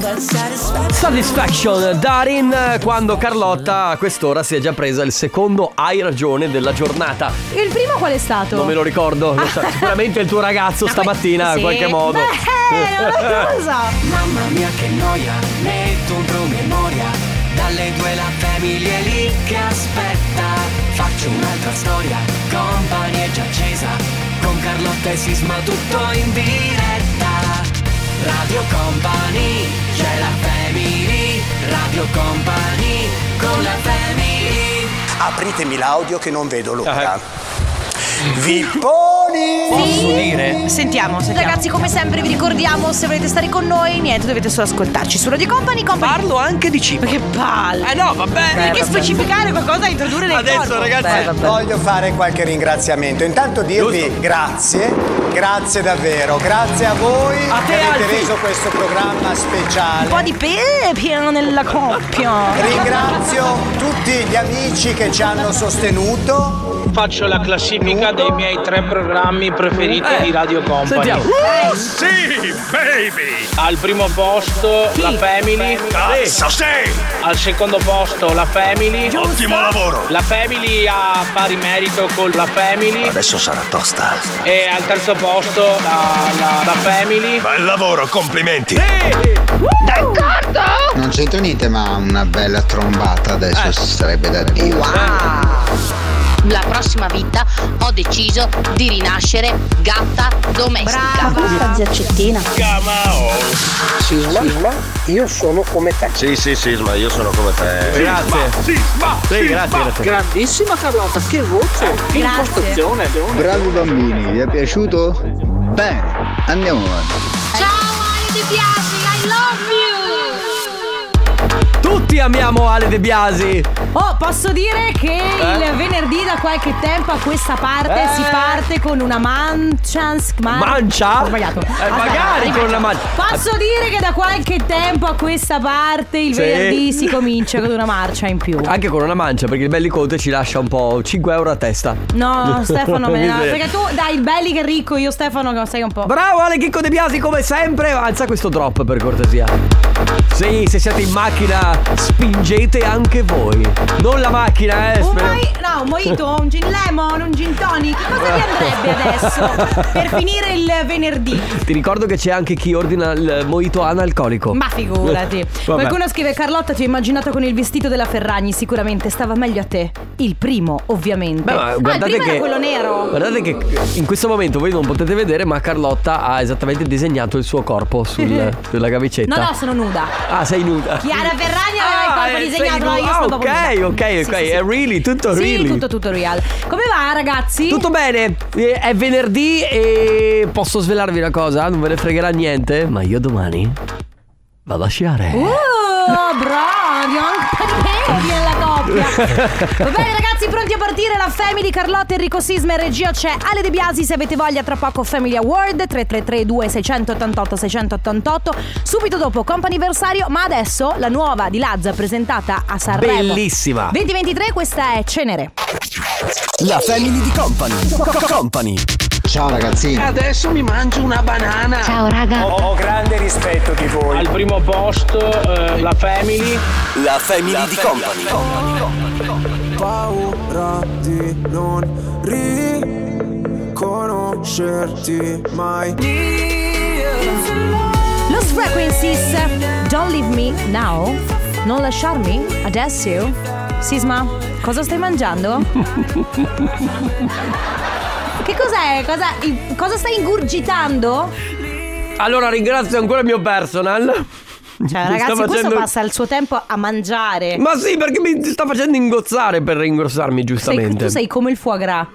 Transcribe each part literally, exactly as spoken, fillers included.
Satisfaction, Darin, quando Carlotta a quest'ora si è già presa il secondo hai ragione della giornata. Il primo qual è stato? Non me lo ricordo, lo so, sicuramente il tuo ragazzo stamattina sì. in qualche modo. Beh, non lo so. Mamma mia che noia, metto un promemoria. Dalle due la famiglia è lì che aspetta. Faccio un'altra storia, Company è già accesa. Con Carlotta e Sisma tutto in diretta. Radio Company, c'è la family. Radio Company, con la family. Apritemi l'audio che non vedo l'ora. Vipponi! Posso dire? Sentiamo, sentiamo. Ragazzi, come sempre vi ricordiamo, se volete stare con noi, niente, dovete solo ascoltarci su Radio Company. Company. Parlo anche di cibo. Che palle. Eh no, vabbè. Perché specificare qualcosa da introdurre nel Adesso, corpo? ragazzi, Beh, Voglio fare qualche ringraziamento. Intanto dirvi Giusto. grazie, grazie davvero, grazie a voi A te, che avete Alfie. reso questo programma speciale. un po' di pepe nella coppia. Ringrazio tutti gli amici che ci hanno sostenuto. Faccio la classifica dei miei tre programmi preferiti Eh, di Radio Company. Sentiamo. Sì, baby! Al primo posto la Family. Cazzo, sì! Al secondo posto la Family. Ottimo lavoro! La Family ha pari merito con la Family. Adesso sarà tosta. E al terzo posto la, la, la Family. Bel lavoro, complimenti! Non c'entra niente, ma una bella trombata adesso sarebbe da dire. La prossima vita ho deciso di rinascere gatta domestica. Brava, zia Cettina. Sisma, io sono come te. Sì, sì, Sisma, io sono come te. Grazie. Sì, ma, Sì, grazie, grazie. Grandissima Carlotta, che voce, che Grazie. impostazione. Bravi bambini, vi è piaciuto? Bene, andiamo avanti. Ciao Ale De Biasi, I love you! Tutti amiamo Ale De Biasi. Oh, posso dire che Eh? il venerdì da qualche tempo a questa parte Eh? si parte con una mancia. Man- Mancia? Ho sbagliato. Eh, Aspetta, magari rifaccio. con una mancia. Posso dire che da qualche tempo a questa parte il Sì. venerdì si comincia con una marcia in più. Anche con una mancia, perché il Belli Conte ci lascia un po' cinque euro a testa. No, Stefano, me ne no, Miseria. perché tu dai il belli che ricco, io Stefano che sei un po'. Bravo Ale Chicco De Biasi, come sempre. Alza questo drop per cortesia. Sì, se siete in macchina spingete anche voi. Non la macchina, eh. Un spero- moi- no, un mojito, un gin lemon, un gin tonic. Cosa vi andrebbe adesso per finire il venerdì? Ti ricordo che c'è anche chi ordina il mojito analcolico. Ma figurati. Vabbè. Qualcuno scrive: Carlotta, ti ho immaginato con il vestito della Ferragni. Sicuramente stava meglio a te. Il primo, ovviamente. Beh, ma ah, il guardate primo che era quello nero. Guardate che in questo momento voi non potete vedere, ma Carlotta ha esattamente disegnato il suo corpo sul, sulla camicetta. No, no, sono nuda. Ah, sei nuda. Chiara Ferragni aveva il corpo eh, disegnato, sei no, nuda. io Ah, sono proprio ok, nuda. ok, Sì, ok. sì, sì. È really, tutto Sì, really. tutto tutto real. Come va, ragazzi? Tutto bene, eh, è venerdì e posso svelarvi una cosa? Non ve ne fregherà niente, ma io domani vado a sciare. Uh, bravi, anche te nella coppia. Va bene ragazzi, pronti a partire? La Family, Carlotta, Enrico Sisma e regia c'è Ale De Biasi. Se avete voglia, tra poco Family Award tre tre tre due sei otto otto sei otto otto. Subito dopo Comp'anniversario. Ma adesso la nuova di Lazza presentata a Sanremo Bellissima. venti ventitré. Questa è Cenere. La family di Company. Company. Ciao ragazzi. Adesso mi mangio una banana. Ciao raga. Ho grande rispetto di voi. Al primo posto eh, la Family. La family di Company. Paura di non riconoscerti mai. Lost Frequencies, Don't Leave Me Now. Non lasciarmi adesso. Sisma, cosa stai mangiando? Che cos'è? Cosa, cosa stai ingurgitando? Allora ringrazio ancora il mio personal. Cioè Mi ragazzi, sta questo facendo- passa il suo tempo a mangiare. Ma sì, perché mi sta facendo ingozzare per ingrossarmi, Sei- giustamente. tu sei come il foie gras.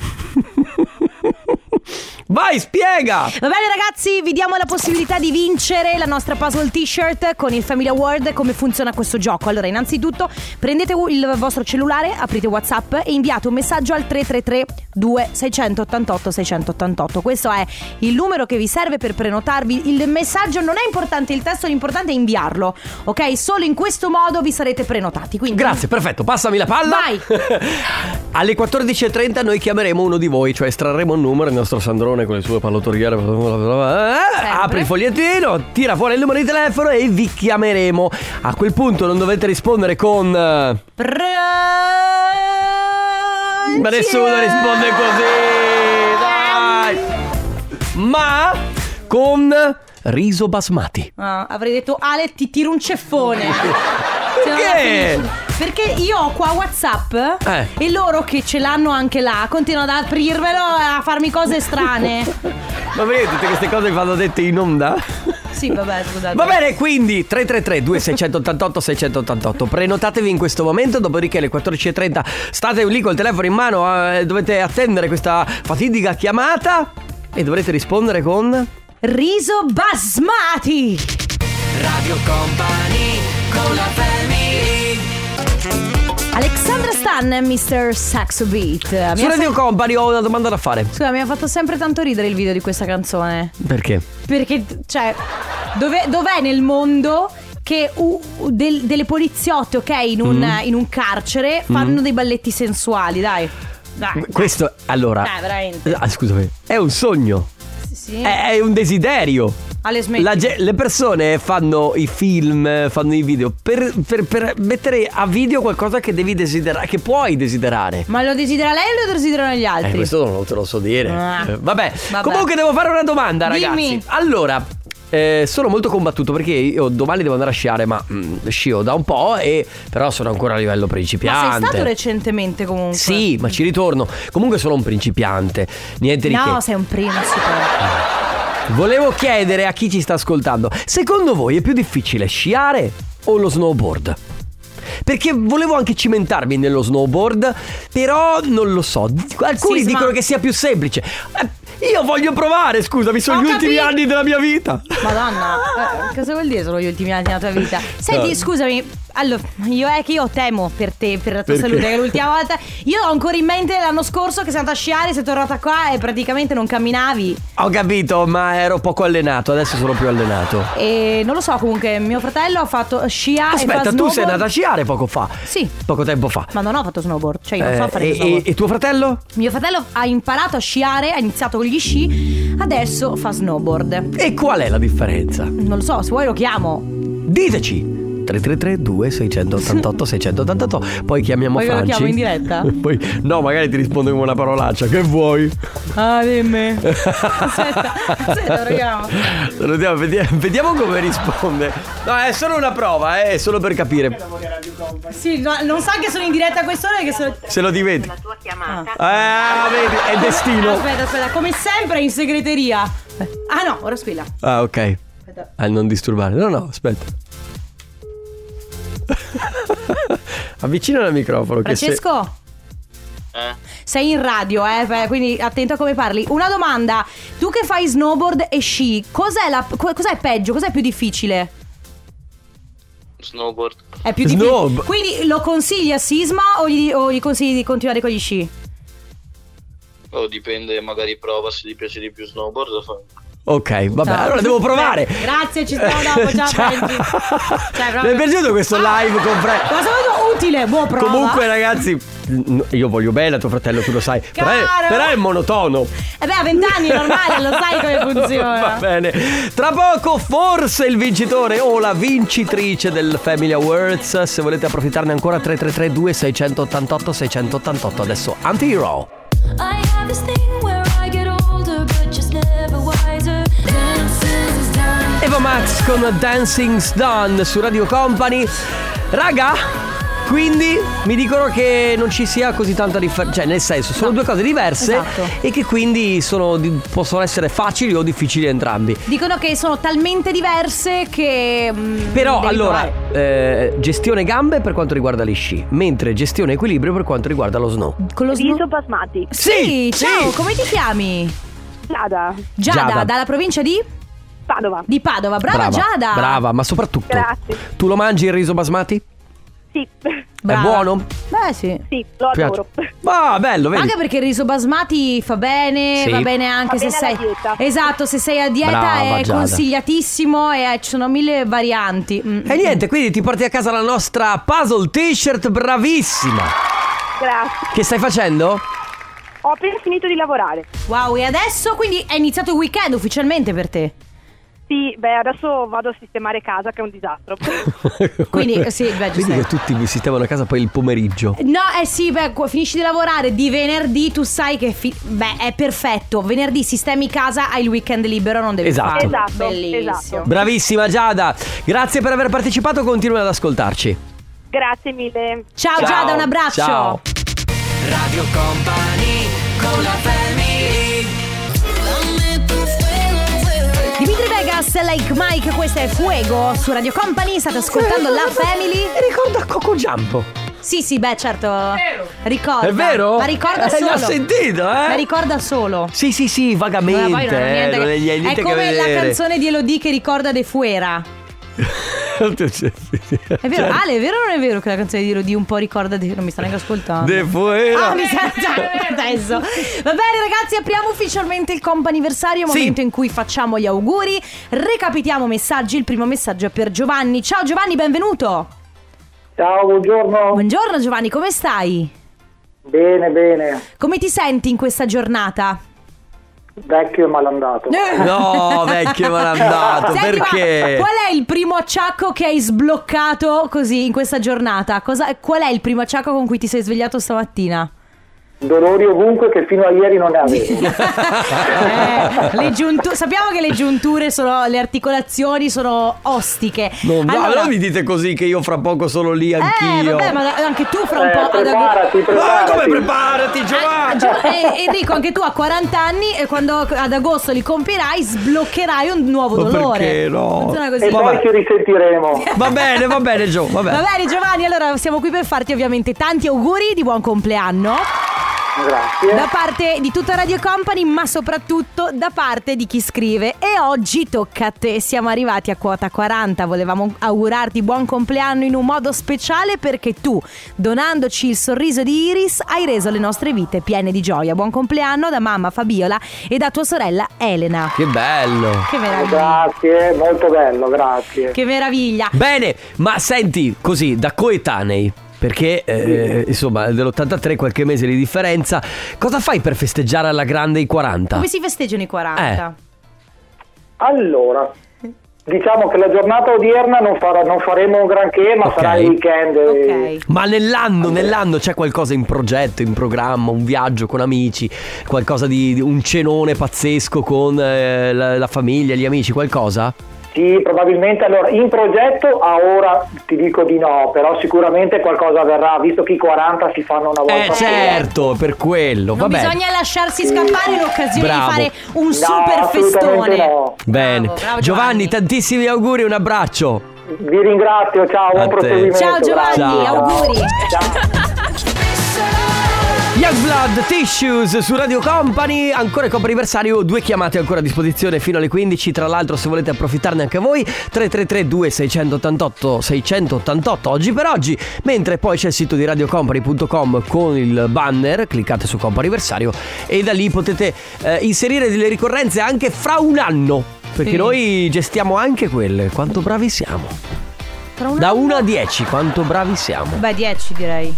Vai, spiega! Va bene ragazzi, vi diamo la possibilità di vincere la nostra puzzle t-shirt con il Family Award. Come funziona questo gioco? Allora, innanzitutto prendete il vostro cellulare, aprite WhatsApp e inviate un messaggio al tre tre tre due sei otto otto sei otto otto. Questo è il numero che vi serve per prenotarvi. Il messaggio non è importante, il testo, l'importante è inviarlo, ok? Solo in questo modo vi sarete prenotati. Quindi Grazie, perfetto, passami la palla. Vai. Alle quattordici e trenta noi chiameremo uno di voi, cioè estrarremo un numero, il nostro Sandrone Simone con le sue pallottoliere. Eh, apri il fogliettino, tira fuori il numero di telefono e vi chiameremo. A quel punto non dovete rispondere con Pr- ma nessuno risponde così, dai. Ma con riso basmati. Ah, avrei detto Ale ti tiro un ceffone. Perché? Perché io ho qua WhatsApp eh. e loro che ce l'hanno anche là continuano ad aprirvelo e a farmi cose strane. Ma vedete, tutte queste cose vanno dette in onda? Sì, vabbè, scusate. Va bene, quindi tre tre tre due sei otto otto sei otto otto. Prenotatevi in questo momento, dopodiché alle quattordici e trenta state lì col telefono in mano, eh, dovete attendere questa fatidica chiamata e dovrete rispondere con riso basmati. Radio Company con la family. Alexandra Stan, mister Saxo Beat. Su Radio Company ho una domanda da fare. Scusa, mi ha fatto sempre tanto ridere il video di questa canzone. Perché? Perché, cioè, dove, dov'è nel mondo che uh, del, delle poliziotte, ok, in un, mm. in un carcere fanno mm. dei balletti sensuali, dai. Dai. Questo, allora. Dai, veramente. Ah, scusami, è un sogno. Sì. È, è un desiderio. La, le persone fanno i film, fanno i video per, per, per mettere a video qualcosa che devi desiderare, che puoi desiderare. Ma lo desidera lei o lo desiderano gli altri? Eh, questo non te lo so dire. Ah. eh, vabbè. vabbè, comunque devo fare una domanda, Dimmi. ragazzi. Allora, eh, sono molto combattuto perché io domani devo andare a sciare, ma mh, scio da un po' e però sono ancora a livello principiante. Ma sei stato recentemente comunque? Sì, ma ci ritorno. Comunque sono un principiante. Niente di no, che. No, sei un principe. Volevo chiedere a chi ci sta ascoltando, secondo voi è più difficile sciare o lo snowboard? Perché volevo anche cimentarmi nello snowboard, però non lo so. Alcuni Sisma. dicono che sia più semplice. Eh, io voglio provare, scusami, sono Ho gli ultimi capito. anni della mia vita. Madonna, eh, cosa vuol dire sono gli ultimi anni della tua vita? Senti, No. scusami, allora, io è che io temo per te, per la tua Perché? salute, che l'ultima volta io ho ancora in mente l'anno scorso che sei andata a sciare, sei tornata qua e praticamente non camminavi. Ho capito, ma ero poco allenato, adesso sono più allenato. E non lo so, comunque mio fratello ha fatto scia e fa Aspetta, tu snowboard. sei andata a sciare poco fa? Sì. Poco tempo fa. Ma non ho fatto snowboard, cioè io non Eh, so fare e, snowboard. e, e tuo fratello? Mio fratello ha imparato a sciare, ha iniziato con gli sci, adesso fa snowboard. E qual è la differenza? Non lo so, se vuoi lo chiamo. Diteci. tre tre tre due sei otto otto sei otto otto. Poi chiamiamo Poi lo Franci. chiamo in diretta? Poi no, magari ti rispondo con una parolaccia. Che vuoi? Ah, dimmi. Aspetta, aspetta, proviamo. Vediamo, vediamo, vediamo come risponde. No, è solo una prova, eh, è solo per capire. Sì, no, non sa che sono in diretta a quest'ora che sono... Se lo diventi. La tua chiamata. Ah, vedi, è destino. Aspetta, aspetta, come sempre in segreteria. Ah no, ora squilla. Ah, ok. Aspetta. A non disturbare. No, no, aspetta. Avvicina il microfono. Francesco? Eh? Sei in radio, eh, beh, quindi attento a come parli. Una domanda, tu che fai snowboard e sci, cos'è, la, co- cos'è peggio, cos'è più difficile? Snowboard. È più difficile. Snob. Quindi lo consigli a Sisma o gli, o gli consigli di continuare con gli sci? Oh, dipende, magari prova se gli piace di più snowboard lo fa. Ok, vabbè, Ciao. allora devo provare. Beh, grazie, ci stiamo dopo. Ciao, Franci. Cioè, proprio- Mi è piaciuto questo live con Fred. Ma sono venuto utile, buona prova. Comunque, ragazzi, io voglio bene a tuo fratello, tu lo sai. Però è, Caro. però è monotono. Eh beh, a vent'anni è normale, lo sai come funziona. Va bene. Tra poco forse il vincitore o la vincitrice del Family Awards. Se volete approfittarne ancora, tre tre tre due sei otto otto sei otto otto. Adesso Anti-Hero. I have this thing where I get older but just never wiser. Dancing's done. Eva Max con Dancing's Done su Radio Company. Raga, quindi mi dicono che non ci sia così tanta differenza. Cioè, nel senso, sono No. due cose diverse. Esatto. E che quindi sono, di- possono essere facili o difficili entrambi. Dicono che sono talmente diverse che mm, Però devi allora provare. eh, gestione gambe per quanto riguarda gli sci, mentre gestione equilibrio per quanto riguarda lo snow. Con lo snow- Riso basmati. Sì, Sì, ciao, sì. come ti chiami? Giada. Giada, Giada. dalla provincia di? Padova. Di Padova. Brava, Giada. Brava, ma soprattutto Grazie. tu lo mangi il riso basmati? Sì. Brava. È buono? Beh, sì. Sì, lo Piace? adoro. Ah, bello, vedi? Anche perché il riso basmati fa bene, Sì. va bene anche Fa se bene sei alla dieta. Esatto, se sei a dieta Brava, è Giada. consigliatissimo e eh, ci sono mille varianti. Mm. E niente, quindi ti porti a casa la nostra puzzle t-shirt, bravissima. Grazie. Che stai facendo? ho appena finito di lavorare. Wow, e adesso quindi è iniziato il weekend ufficialmente per te? Sì, beh, adesso vado a sistemare casa, che è un disastro. Quindi, sì, beh, giusto. Vedi che tutti vi sistemano a casa poi il pomeriggio. No, eh sì, beh, qua- finisci di lavorare di venerdì, tu sai che fi- beh, è perfetto. Venerdì sistemi casa, hai il weekend libero, non devi Esatto. fare. Esatto, Bellissimo. esatto. Bravissima Giada, grazie per aver partecipato, continua ad ascoltarci. Grazie mille. Ciao, Ciao. Giada, un abbraccio. Ciao. Radio Company con la family. Dimitri Vegas, Like Mike, questa è Fuego su Radio Company, state ascoltando La Family. Ricorda Coco Jumbo. Sì, sì, beh, certo. Ricorda. È vero? Ma ricorda Eh, solo. l'ho sentito, eh? Ma ricorda solo. Sì, sì, sì, Ma vagamente. poi non ha niente eh, non che- gli hai è niente che come la vedere. canzone di Elodie che ricorda De Fuera. È È vero? Ale, è vero o non è vero che la canzone di Elodie un po' ricorda De... Non mi sta neanche ascoltando. De Fuera. Ah, mi sa già adesso. Va bene ragazzi, apriamo ufficialmente il comp'anniversario, Sì. momento in cui facciamo gli auguri. Recapitiamo messaggi. Il primo messaggio è per Giovanni. Ciao Giovanni, benvenuto. Ciao, buongiorno. Buongiorno Giovanni, come stai? Bene, bene. Come ti senti in questa giornata? Vecchio e malandato. No, vecchio malandato, Senti, ma perché? qual è il primo acciacco che hai sbloccato così in questa giornata? Cosa, qual è il primo acciacco con cui ti sei svegliato stamattina? Dolori ovunque che fino a ieri non ne avevo. Eh, le giuntu- sappiamo che le giunture sono, le articolazioni sono ostiche. Non, no, Allora- non mi dite così che io fra poco sono lì Eh, anch'io. vabbè, ma anche tu fra un Eh, po' ad agosto. preparati, Ma preparati. come preparati, Giovanni? Gio- eh, Enrico, anche tu a quaranta anni e quando ad agosto li compierai sbloccherai un nuovo Ma dolore. perché no? Funziona così. E poi ci risentiremo. Va bene, va bene, Gio, va bene. Va bene Giovanni, allora siamo qui per farti ovviamente tanti auguri di buon compleanno Grazie. da parte di tutta Radio Company, ma soprattutto da parte di chi scrive. E oggi tocca a te, siamo arrivati a quota quaranta. Volevamo augurarti buon compleanno in un modo speciale perché tu, donandoci il sorriso di Iris, hai reso le nostre vite piene di gioia. Buon compleanno da mamma Fabiola e da tua sorella Elena. Che bello. Che meraviglia. Grazie, molto bello, grazie. Che meraviglia. Bene, ma senti, così, da coetanei, perché eh, insomma dell'ottantatré qualche mese di differenza, cosa fai per festeggiare alla grande i quaranta? Come si festeggiano i quaranta? Allora, diciamo che la giornata odierna non, farà, non faremo un granché, ma Ok. sarà il weekend. e- Ok. Ma nell'anno, nell'anno c'è qualcosa in progetto, in programma, un viaggio con amici, qualcosa di, di un cenone pazzesco con eh, la, la famiglia, gli amici, qualcosa? Sì, probabilmente. Allora, in progetto a ora ti dico di no, però sicuramente qualcosa verrà, visto che i quaranta si fanno una volta Eh sola. certo, per quello, Non vabbè. bisogna lasciarsi scappare l'occasione Bravo. di fare un No, super assolutamente festone. no. Bene. Bravo, bravo, Giovanni, Giovanni. tantissimi auguri, un abbraccio. Vi ringrazio, ciao, A buon te. proseguimento. Ciao Giovanni, grazie. Ciao. auguri. Ciao. Youngblood Tissues su Radio Company. Ancora il comp'anniversario, due chiamate ancora a disposizione fino alle quindici. Tra l'altro, se volete approfittarne anche voi, tre tre tre due sei otto otto sei otto otto oggi per oggi. Mentre poi c'è il sito di radio company punto com con il banner, cliccate su comp'anniversario e da lì potete eh, inserire delle ricorrenze anche fra un anno, perché Sì. noi gestiamo anche quelle. Quanto bravi siamo? Tra un Da anno- uno a dieci, quanto bravi siamo? Beh, dieci direi.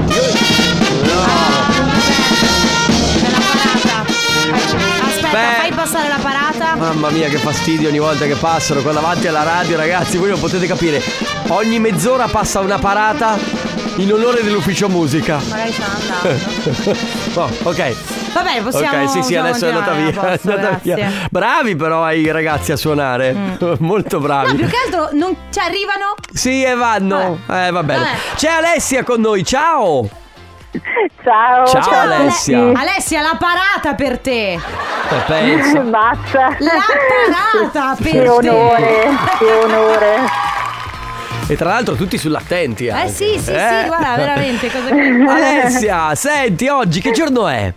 Ah, c'è la parata. Aspetta, Beh. fai passare la parata. Mamma mia, che fastidio ogni volta che passano qua davanti alla radio, ragazzi. Voi non potete capire. Ogni mezz'ora passa una parata in onore dell'ufficio musica. Magari sta andando. Oh, ok. Va bene, possiamo. Ok, sì, sì, possiamo adesso è andata via. continuare, a È posto, andata via. grazie. Bravi però i ragazzi a suonare. Molto bravi. No, più che altro non ci arrivano. Sì, e vanno. Eh, va bene. Vabbè. C'è Alessia con noi. Ciao. Ciao. Ciao, Alessia. Alessia, la parata per te. Eh, pensa. Basta. La parata per Che te. onore, che onore. E tra l'altro tutti sull'attenti. Eh sì, sì, sì, guarda, veramente cosa che... Alessia, senti, oggi che giorno è?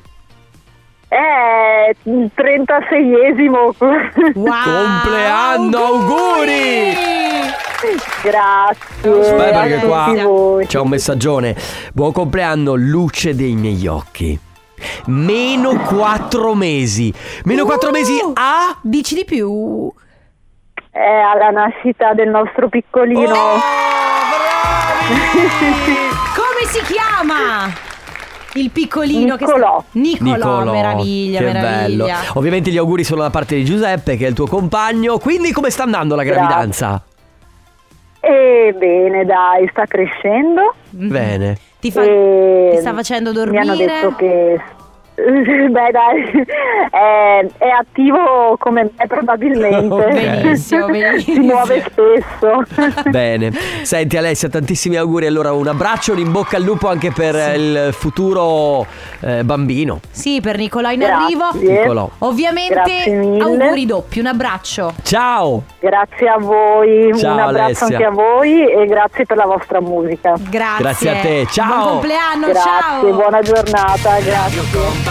È il trentaseiesimo. Wow, Compleanno, auguri! Grazie. Aspetta che a qua tutti voi. c'è un messaggione. Buon compleanno, luce dei miei occhi. Meno quattro mesi. Meno quattro mesi a... Dici di più. È alla nascita del nostro piccolino. Oh, bravi! Come si chiama? Il piccolino Nicolò. che sta... Nicolò, Nicolò, meraviglia, che meraviglia. bello. Ovviamente gli auguri sono da parte di Giuseppe, che è il tuo compagno. Quindi come sta andando la gravidanza? E bene, dai, sta crescendo. Bene. Ti, fa... E Ti sta facendo dormire? Mi hanno detto che beh dai, è, è attivo come me probabilmente. Ok. Benissimo, benissimo. Si muove spesso. Bene. Senti Alessia, tantissimi auguri. Allora un abbraccio, un in bocca al lupo anche per il futuro eh, bambino. Sì, per Nicolò in Grazie. arrivo. Nicolò. Ovviamente Grazie mille. auguri doppi, un abbraccio. Ciao. Grazie a voi, Ciao, un abbraccio Alessia. anche a voi e grazie per la vostra musica. Grazie. Grazie a te, ciao. Buon compleanno, Grazie, ciao. buona giornata, grazie.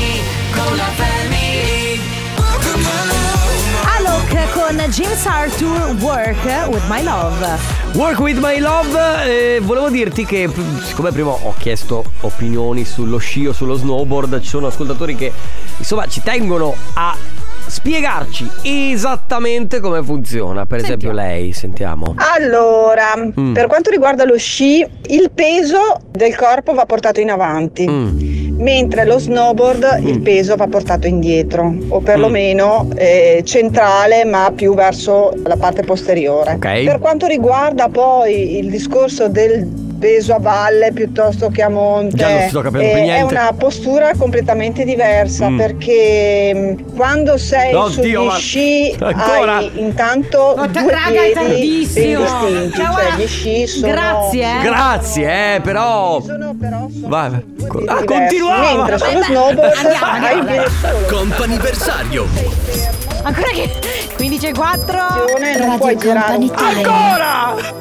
Alok con James Arthur, Work With My Love. Work with my love. eh, Volevo dirti che siccome prima ho chiesto opinioni sullo sci o sullo snowboard, ci sono ascoltatori che insomma ci tengono a spiegarci esattamente come funziona. Per esempio lei, sentiamo. Allora, Mm. per quanto riguarda lo sci, il peso del corpo va portato in avanti, Mm. mentre lo snowboard il peso va portato indietro, o perlomeno eh, centrale, ma più verso la parte posteriore. Ok. Per quanto riguarda poi il discorso del peso a valle piuttosto che a monte, Già non sto capendo più eh, è niente. una postura completamente diversa, Mm. perché mh, quando sei Oddio, sugli ma- sci ancora? hai intanto Oh, due raga, è piedi ben tantissimo. distinti, Ciao, cioè guarda. gli sci sono Grazie, eh. Grazie, eh, però. sono però sono Vai. due Ah, piedi continuava. diversi, mentre sullo Vabbè, snowboard andiamo, hai andiamo, il piede solo. Comp'anniversario. Ancora che quindici e quattro. Non puoi girare un Ancora!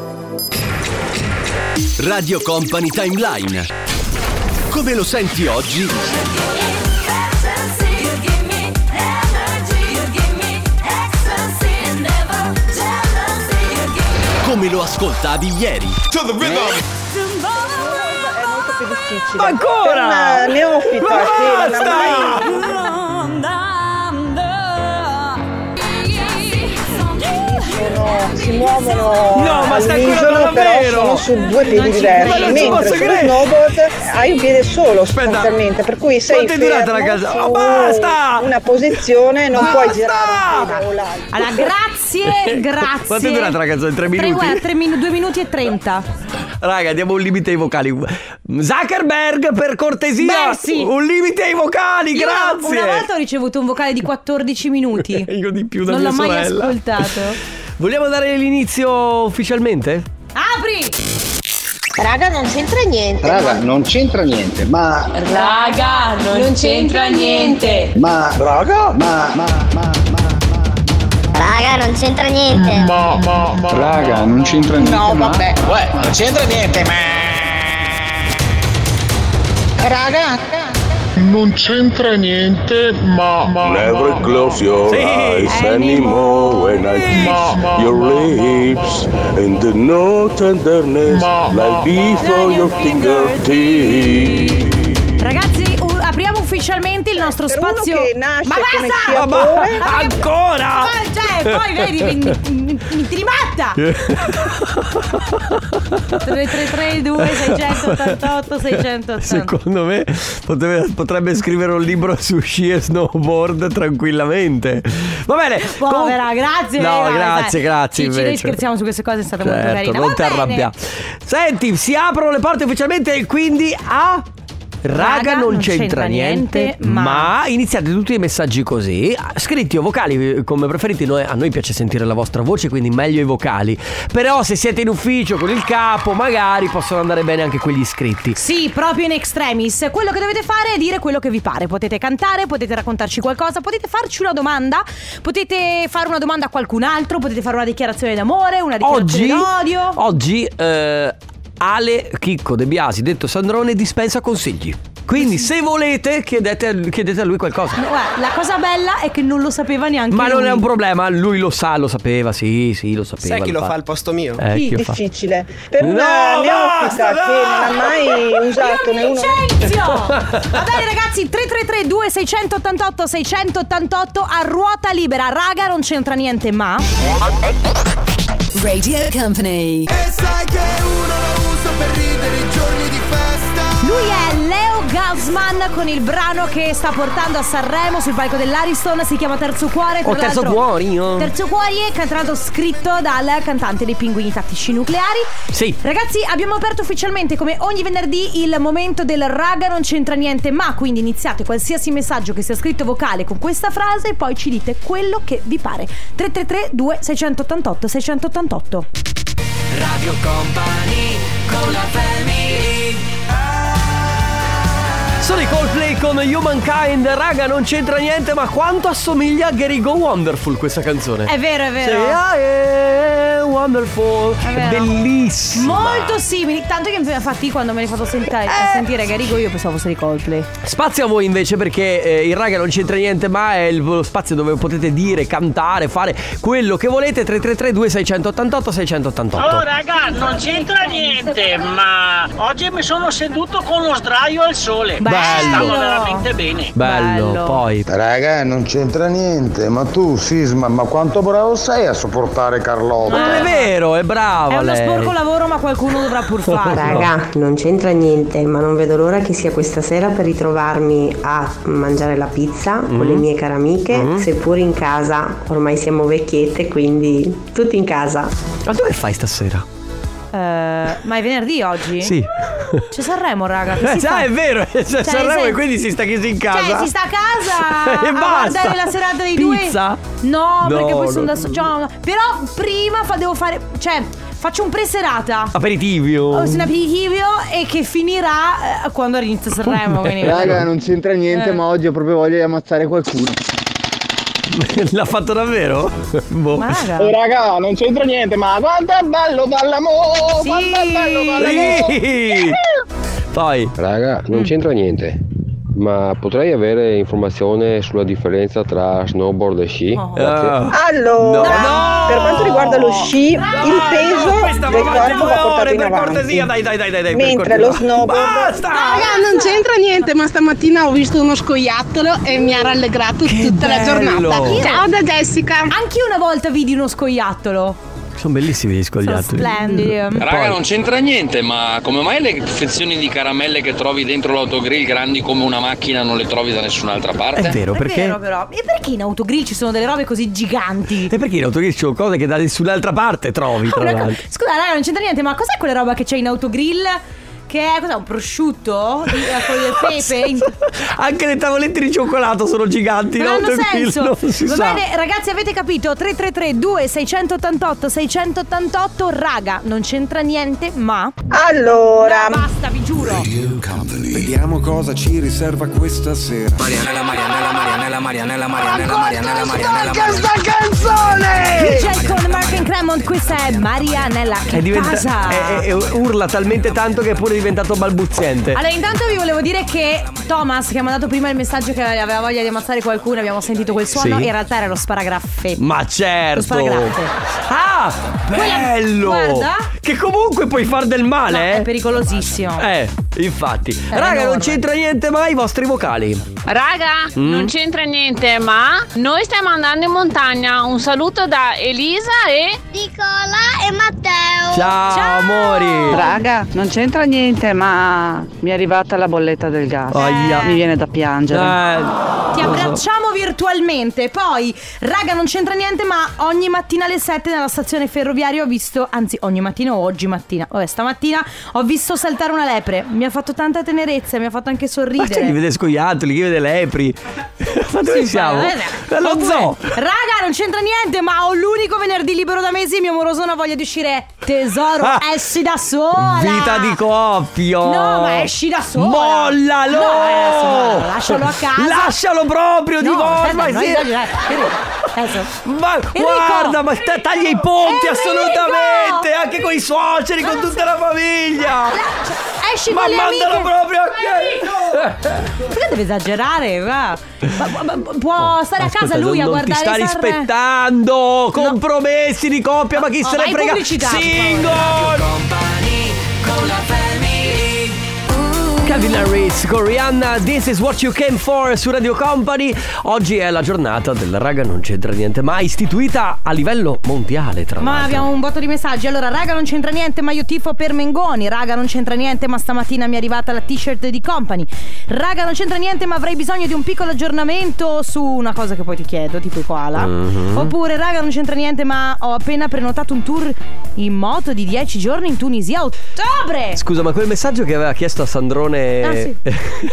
Radio Company Timeline. Come lo senti oggi? Come lo ascoltavi ieri? più difficile. Ancora? Per una neofita Ma che non ha basta! sono, si muovono No, ma stai ancora all'unisono, però davvero? sono su due piedi Non ci- diversi, ma non ci mentre posso sullo credere. snowboard hai un piede solo sostanzialmente, per cui sei Quanto è durata la fermo casa? su Oh, basta! una posizione, non Basta! puoi girare un piede o l'altro. Allora, grazie, grazie. Quanto è durata la canzone? Tre minuti? Tre, tre minu- due minuti e trenta. Raga, diamo un limite ai vocali. Zuckerberg, per cortesia, Beh, sì. un limite ai vocali, Io grazie. Una volta ho ricevuto un vocale di quattordici minuti. Io di più da Non mia l'ho mai sorella. ascoltato. Vogliamo dare l'inizio ufficialmente? Apri! Raga, non c'entra niente. Raga, non c'entra niente, ma. Raga, non, c'entra niente. Ma. Raga? Ma. Ma. Ma. Raga, non c'entra niente. Ma. Ma. ma Raga, non c'entra niente. No, ma- vabbè. Uè, non c'entra niente, ma. Raga. Non c'entra niente, ma. ma Never close your Sì. eyes anymore when I kiss Ma- your ma- lips and the no tenderness Ma- like before your fingertips. Ragazzi, u- apriamo ufficialmente il nostro Per uno spazio. che nasce Ma come basta! sciatore- Ma- Ancora? Ma- Cioè, poi vedi, mi, mi, mi ti rimatta! tre tre tre due sei otto otto sei otto otto. Secondo me potrebbe, potrebbe scrivere un libro su sci e snowboard tranquillamente. Va bene. Povera, Com- grazie. No, dai, grazie, dai. grazie Ci, ci noi invece. scherziamo su queste cose, è stata molto Certo, carina. non Va ti bene. arrabbiare. Senti, si aprono le porte ufficialmente e quindi a Raga, non c'entra, niente, ma... iniziate tutti i messaggi così, scritti o vocali come preferite. Noi, a noi piace sentire la vostra voce, quindi meglio i vocali. Però se siete in ufficio con il capo, magari possono andare bene anche quelli scritti. Sì, proprio in extremis. Quello che dovete fare è dire quello che vi pare. Potete cantare, potete raccontarci qualcosa, potete farci una domanda, potete fare una domanda a qualcun altro, potete fare una dichiarazione d'amore, una dichiarazione Oggi, d'odio. oggi eh, Ale Chicco De Biasi, detto Sandrone, dispensa consigli. Quindi se volete chiedete, chiedete a lui qualcosa. No, guarda, la cosa bella è che non lo sapeva neanche Ma lui. non è un problema, lui lo sa, lo sapeva, sì, sì, lo sapeva. Sai chi lo fa al posto mio? Eh, Sì, chi lo fa? difficile. Per No, una basta, neofita che non ha mai usato né uno Licenzio! Va bene ragazzi, tre tre tre due sei otto otto sei otto otto a ruota libera. Raga, non c'entra niente, ma Radio Company. E sai che uno lo usa per ridere i giorni di festa. lui è Leo Osman con il brano che sta portando a Sanremo sul palco dell'Ariston, si chiama Terzo Cuore. Oh, Terzo Cuori, oh. Terzo Cuori, tra l'altro scritto dal cantante dei Pinguini Tattici Nucleari. Sì. Ragazzi, abbiamo aperto ufficialmente come ogni venerdì il momento del raga non c'entra niente ma, quindi iniziate qualsiasi messaggio che sia scritto vocale con questa frase e poi ci dite quello che vi pare. Tre tre tre due sei otto otto sei otto otto. Radio Company con la family. Sono i Coldplay con Humankind. Raga, non c'entra niente, ma quanto assomiglia a Gary Go Wonderful questa canzone. È vero, è vero. Sì, ah, è wonderful. È vero. Bellissima. Molto simili. Tanto che infatti quando me l'hai fatto sentire, Eh. sentire Gary Go io pensavo fosse di Coldplay. Spazio a voi invece, perché eh, il Raga non c'entra niente, ma è il lo spazio dove potete dire, cantare, fare quello che volete. Tre tre tre due sei otto otto sei otto otto. Oh raga, non c'entra niente, ma oggi mi sono seduto con lo sdraio al sole. Bello. Stavo veramente bene. Bello, Bello. poi Raga, non c'entra niente, ma tu Sisma, ma quanto bravo sei a sopportare Carlotta? non è vero, è brava È uno lei. sporco lavoro, ma qualcuno dovrà pur farlo. Raga, non c'entra niente, ma non vedo l'ora che sia questa sera per ritrovarmi a mangiare la pizza con le mie care amiche, seppur in casa. Ormai siamo vecchiette, quindi tutti in casa. Ma tu che fai stasera? Eh, ma è venerdì oggi? Sì. C'è Sanremo, raga. Che Eh, si già, fa? è vero, c'è Cioè, Sanremo se- e quindi si sta chiusi in casa. Cioè, si sta a casa E a basta. guardare la serata dei Pizza? due. No, No, perché poi no. sono da so- già- no. Però prima fa- devo fare. Cioè, faccio un preserata. Aperitivo. Oh, un aperitivo e che finirà eh, quando inizia Sanremo. quindi- Raga, non c'entra niente, Eh. ma oggi ho proprio voglia di ammazzare qualcuno. L'ha fatto davvero? Boh. Ma raga. Oh raga, non c'entra niente, ma quanto è bello ballamo! Sì. Quanto è bello ballamo! Sì. Poi Raga, non c'entra niente, ma potrei avere informazione sulla differenza tra snowboard e sci? Oh. Grazie. Ah. Allora, No! per quanto riguarda lo sci, il peso questa del va avanti corpo due va portato ore, in per avanti. cortesia, dai dai dai dai, dai per Mentre cortesia. lo snowboard- Basta! Raga, non c'entra niente, ma stamattina ho visto uno scoiattolo e mi ha rallegrato Che tutta la bello! giornata. Ciao da Jessica. Anch'io una volta vidi uno scoiattolo. Sono bellissimi gli Sono scogliattoli. splendidi. Raga, non c'entra niente, ma come mai le confezioni di caramelle che trovi dentro l'autogrill grandi come una macchina non le trovi da nessun'altra parte? È vero, È perché? vero, però. E perché in autogrill ci sono delle robe così giganti? E perché in autogrill ci sono cose che da nessun'altra parte trovi, tra Una co- l'altro. Scusa, raga, non c'entra niente, ma cos'è quella roba che c'è in autogrill? Che è cos'è? Un prosciutto? Di- eh, con il pepe? In- Anche le tavolette di cioccolato sono giganti, Non no? hanno Autogrill, senso. non si Va sa. bene, ragazzi, avete capito? tre tre tre due sei otto otto sei otto otto. Raga, non c'entra niente, ma. Allora, Basta, vi giuro. Vediamo cosa ci riserva questa sera. Marianella, Marianella, Marianella, Marianella, Marianella, Marianella, Marianella, sta canzone! D J con Mark and Cremont, questa è Marianella. Che È diventa- casa. è- è- è- urla talmente tanto che è pure diventato balbuziente. Allora, intanto vi volevo dire che Thomas, che ha mandato prima il messaggio che aveva voglia di ammazzare qualcuno, abbiamo sentito quel suono, Sì. in realtà era lo sparagraffe. Ma certo. Lo sparagraffe. Ah, Quella- bello. guarda. Che comunque puoi far del No, male, è eh? pericolosissimo. Eh, infatti. È Raga, non enorme. c'entra niente mai i vostri vocali. Raga, Mm? non c'entra niente, ma noi stiamo andando in montagna. Un saluto da Elisa e Nicola e Matteo. Ciao, amori. Raga, non c'entra niente, ma mi è arrivata la bolletta del gas. Aia. Mi viene da piangere. Eh, Ti lo so. abbracciamo virtualmente. Poi, raga, non c'entra niente, ma ogni mattina alle sette nella stazione ferroviaria ho visto, anzi ogni mattina o oggi mattina, vabbè, stamattina ho visto saltare una lepre. Mi ha fatto tanta tenerezza, mi ha fatto anche Ma c'è chi sorridere. vede scoiattoli, chi vede lepri. Ma dove Sì, siamo? ma- eh, Allo oppure, zoo. Raga, non c'entra niente, ma ho l'unico venerdì libero da mesi e mio moroso ha voglia di uscire. Tesoro, Ah. esci da sola. Vita di coppio. No, ma esci da sola. Mollalo. No, adesso, no, lascialo a casa. Lascialo proprio, No, divorza. aspetta, Ma no, sì. esagera- adesso. Ma Enrico! guarda, ma sta- taglia i ponti Enrico! assolutamente, anche con i suoceri, con tutta la famiglia. Esci Ma con le mandalo amiche. proprio a Perché deve esagerare? Va. Ma- ma- ma- può stare a casa Ascolta, lui non, a non ti guardare sta Sanremo. rispettando. Compromessi di coppia, ma chi Oh, se ne vai in frega? pubblicità, per Single. Company con la family. Calvin Harris con Rihanna, This is what you came for su Radio Company. Oggi è la giornata del raga non c'entra niente, ma istituita a livello mondiale, tra Ma l'altro. abbiamo un botto di messaggi. Allora, raga non c'entra niente, ma io tifo per Mengoni. Raga non c'entra niente, ma stamattina mi è arrivata la t-shirt di Company. Raga non c'entra niente, ma avrei bisogno di un piccolo aggiornamento su una cosa che poi ti chiedo, tipo i koala. Mm-hmm. Oppure, raga non c'entra niente, ma ho appena prenotato un tour in moto di dieci giorni in Tunisia a ottobre. Scusa, ma quel messaggio che aveva chiesto a Sandrone. Ah, sì.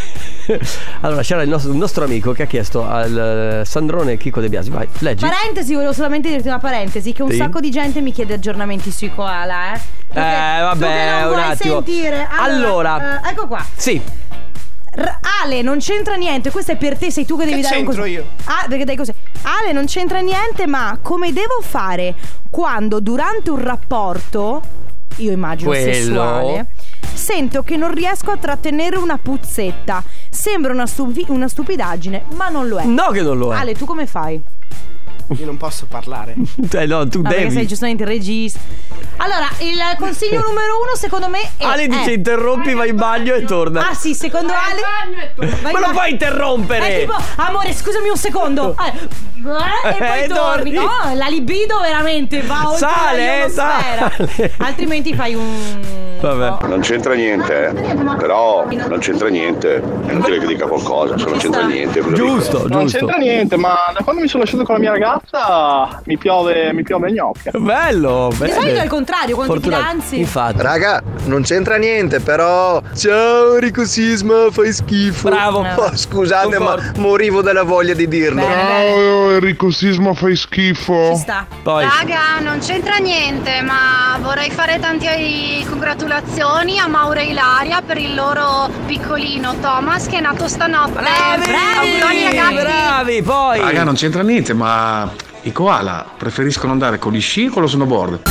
Allora, c'era il nostro, un nostro amico che ha chiesto al Sandrone Chico De Biasi. Vai, leggi. Parentesi, volevo solamente dirti una parentesi, che un Sì. sacco di gente mi chiede aggiornamenti sui koala, eh. Tu Eh, che- vabbè, tu che non un vuoi attimo. sentire. Allora, Allora. eh, ecco qua. Sì. R- Ale non c'entra niente, questo è per te, sei tu che devi Che dare un c'entro consiglio. io? Ah, perché dai così. Ale non c'entra niente, ma come devo fare quando durante un rapporto, io immagino Quello. sessuale, sento che non riesco a trattenere una puzzetta. Sembra una, stupi- una stupidaggine, ma non lo è. No che non lo è. Ale, tu come fai? Io non posso parlare. Eh, no, tu Ah, perché devi. sei giustamente il regista. Allora, il consiglio numero uno secondo me è Ale dice è- interrompi, vai in bagno e torna. Ah sì, secondo Ale vai Ma in non ba- puoi interrompere. È tipo, amore, scusami un secondo. Eh, e poi Eh, torni. torni. No, la libido veramente va oltre Sale, la ionosfera. sale. Altrimenti fai un Vabbè. Non c'entra niente, eh. Però non c'entra niente. È inutile che dica qualcosa, se non c'entra niente. cosa Giusto, dico? Non giusto. c'entra niente, ma da quando mi sono lasciato con la mia ragazza mi piove, mi piove gnocca. Bello, Di solito è il contrario, quando ti Fortunato. fidanzi. Infatti. Raga, non c'entra niente, però. Ciao Enrico Sisma, fai schifo. Bravo. Oh, scusate, ma morivo dalla voglia di dirlo. Ciao Enrico Sisma, fai schifo. Ci sta. Poi. Raga, non c'entra niente, ma vorrei fare tante congratulazioni a Mauro e Ilaria per il loro piccolino Thomas che è nato stanotte. Bravi, Auguroni ragazzi. bravi, poi. Raga, non c'entra niente, ma i koala preferiscono andare con gli sci o con lo snowboard?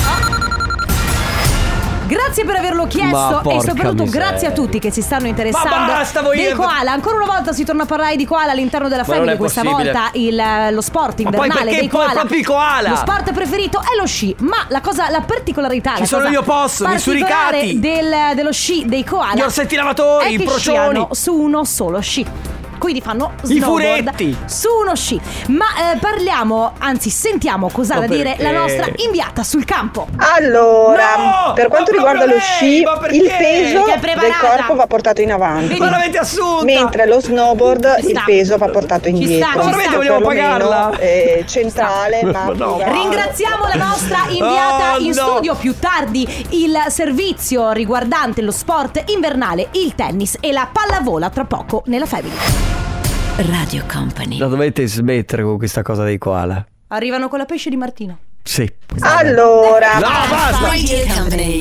Grazie per averlo Ma chiesto e porca soprattutto miseria. grazie a tutti che si stanno interessando Ma basta, voi- dei koala. Ancora una volta si torna a parlare di koala all'interno della Ma non family. è Questa possibile. volta il, lo sport Ma poi invernale perché dei poi koala. proprio i koala? Lo sport preferito è lo sci. Ma la cosa, la particolarità, Ci la sono cosa gli opossumi, i particolare suricati. del, dello sci dei koala Gli orsetti lavatori, è i che procioni. sciano su uno solo sci. Quindi fanno I snowboard furetti. su uno sci. Ma eh, parliamo, anzi sentiamo cosa ha Ma da dire perché? la nostra inviata sul campo. Allora, No! per quanto Ma riguarda proprio lo sci, lei, ma perché? il peso Che è del preparata. corpo va portato in avanti. Ma l'avete assunta? Mentre lo snowboard Ci il sta. peso va portato indietro. sta, ci sta. Vogliamo Perlomeno, pagarla? eh, centrale, ma Ma no. più- Ringraziamo la nostra inviata Oh, in no. studio. Più tardi il servizio riguardante lo sport invernale, il tennis e la pallavola tra poco nella Family. Radio Company. La dovete smettere con questa cosa dei koala. Arrivano con la pesce di Martino. Sì. Allora, No, basta. Radio Company.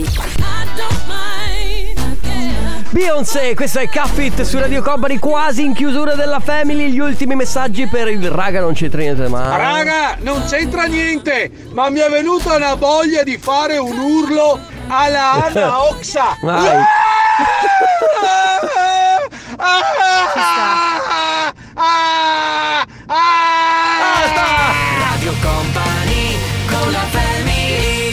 Beyoncé, questo è Cuff It su Radio Company, quasi in chiusura della Family. Gli ultimi messaggi per il raga non c'entra niente ma. Raga, non c'entra niente, ma mi è venuta una voglia di fare un urlo alla Anna Oxa. Vai. Radio Company con la family.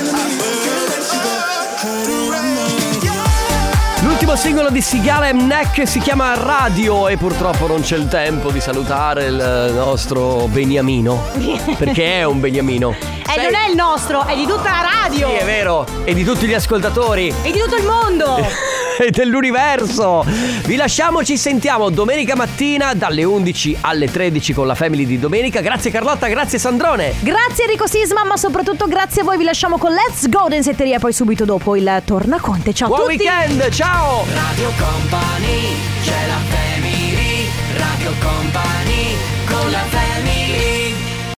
L'ultimo singolo di Sigala e Mnek si chiama Radio e purtroppo non c'è il tempo di salutare il nostro Beniamino. Perché è un Beniamino. E non è il nostro, è di tutta la radio. Sì, è vero. E di tutti gli ascoltatori. E di tutto il mondo. E dell'universo. Vi lasciamo, ci sentiamo domenica mattina dalle undici alle tredici con la Family di domenica. Grazie Carlotta, grazie Sandrone. Grazie Enrico Sisma, ma soprattutto grazie a voi. Vi lasciamo con Let's Go Densetteria, poi subito dopo il Tornaconte. Ciao a Buon tutti. weekend, ciao. Radio Company, c'è la family. Radio Company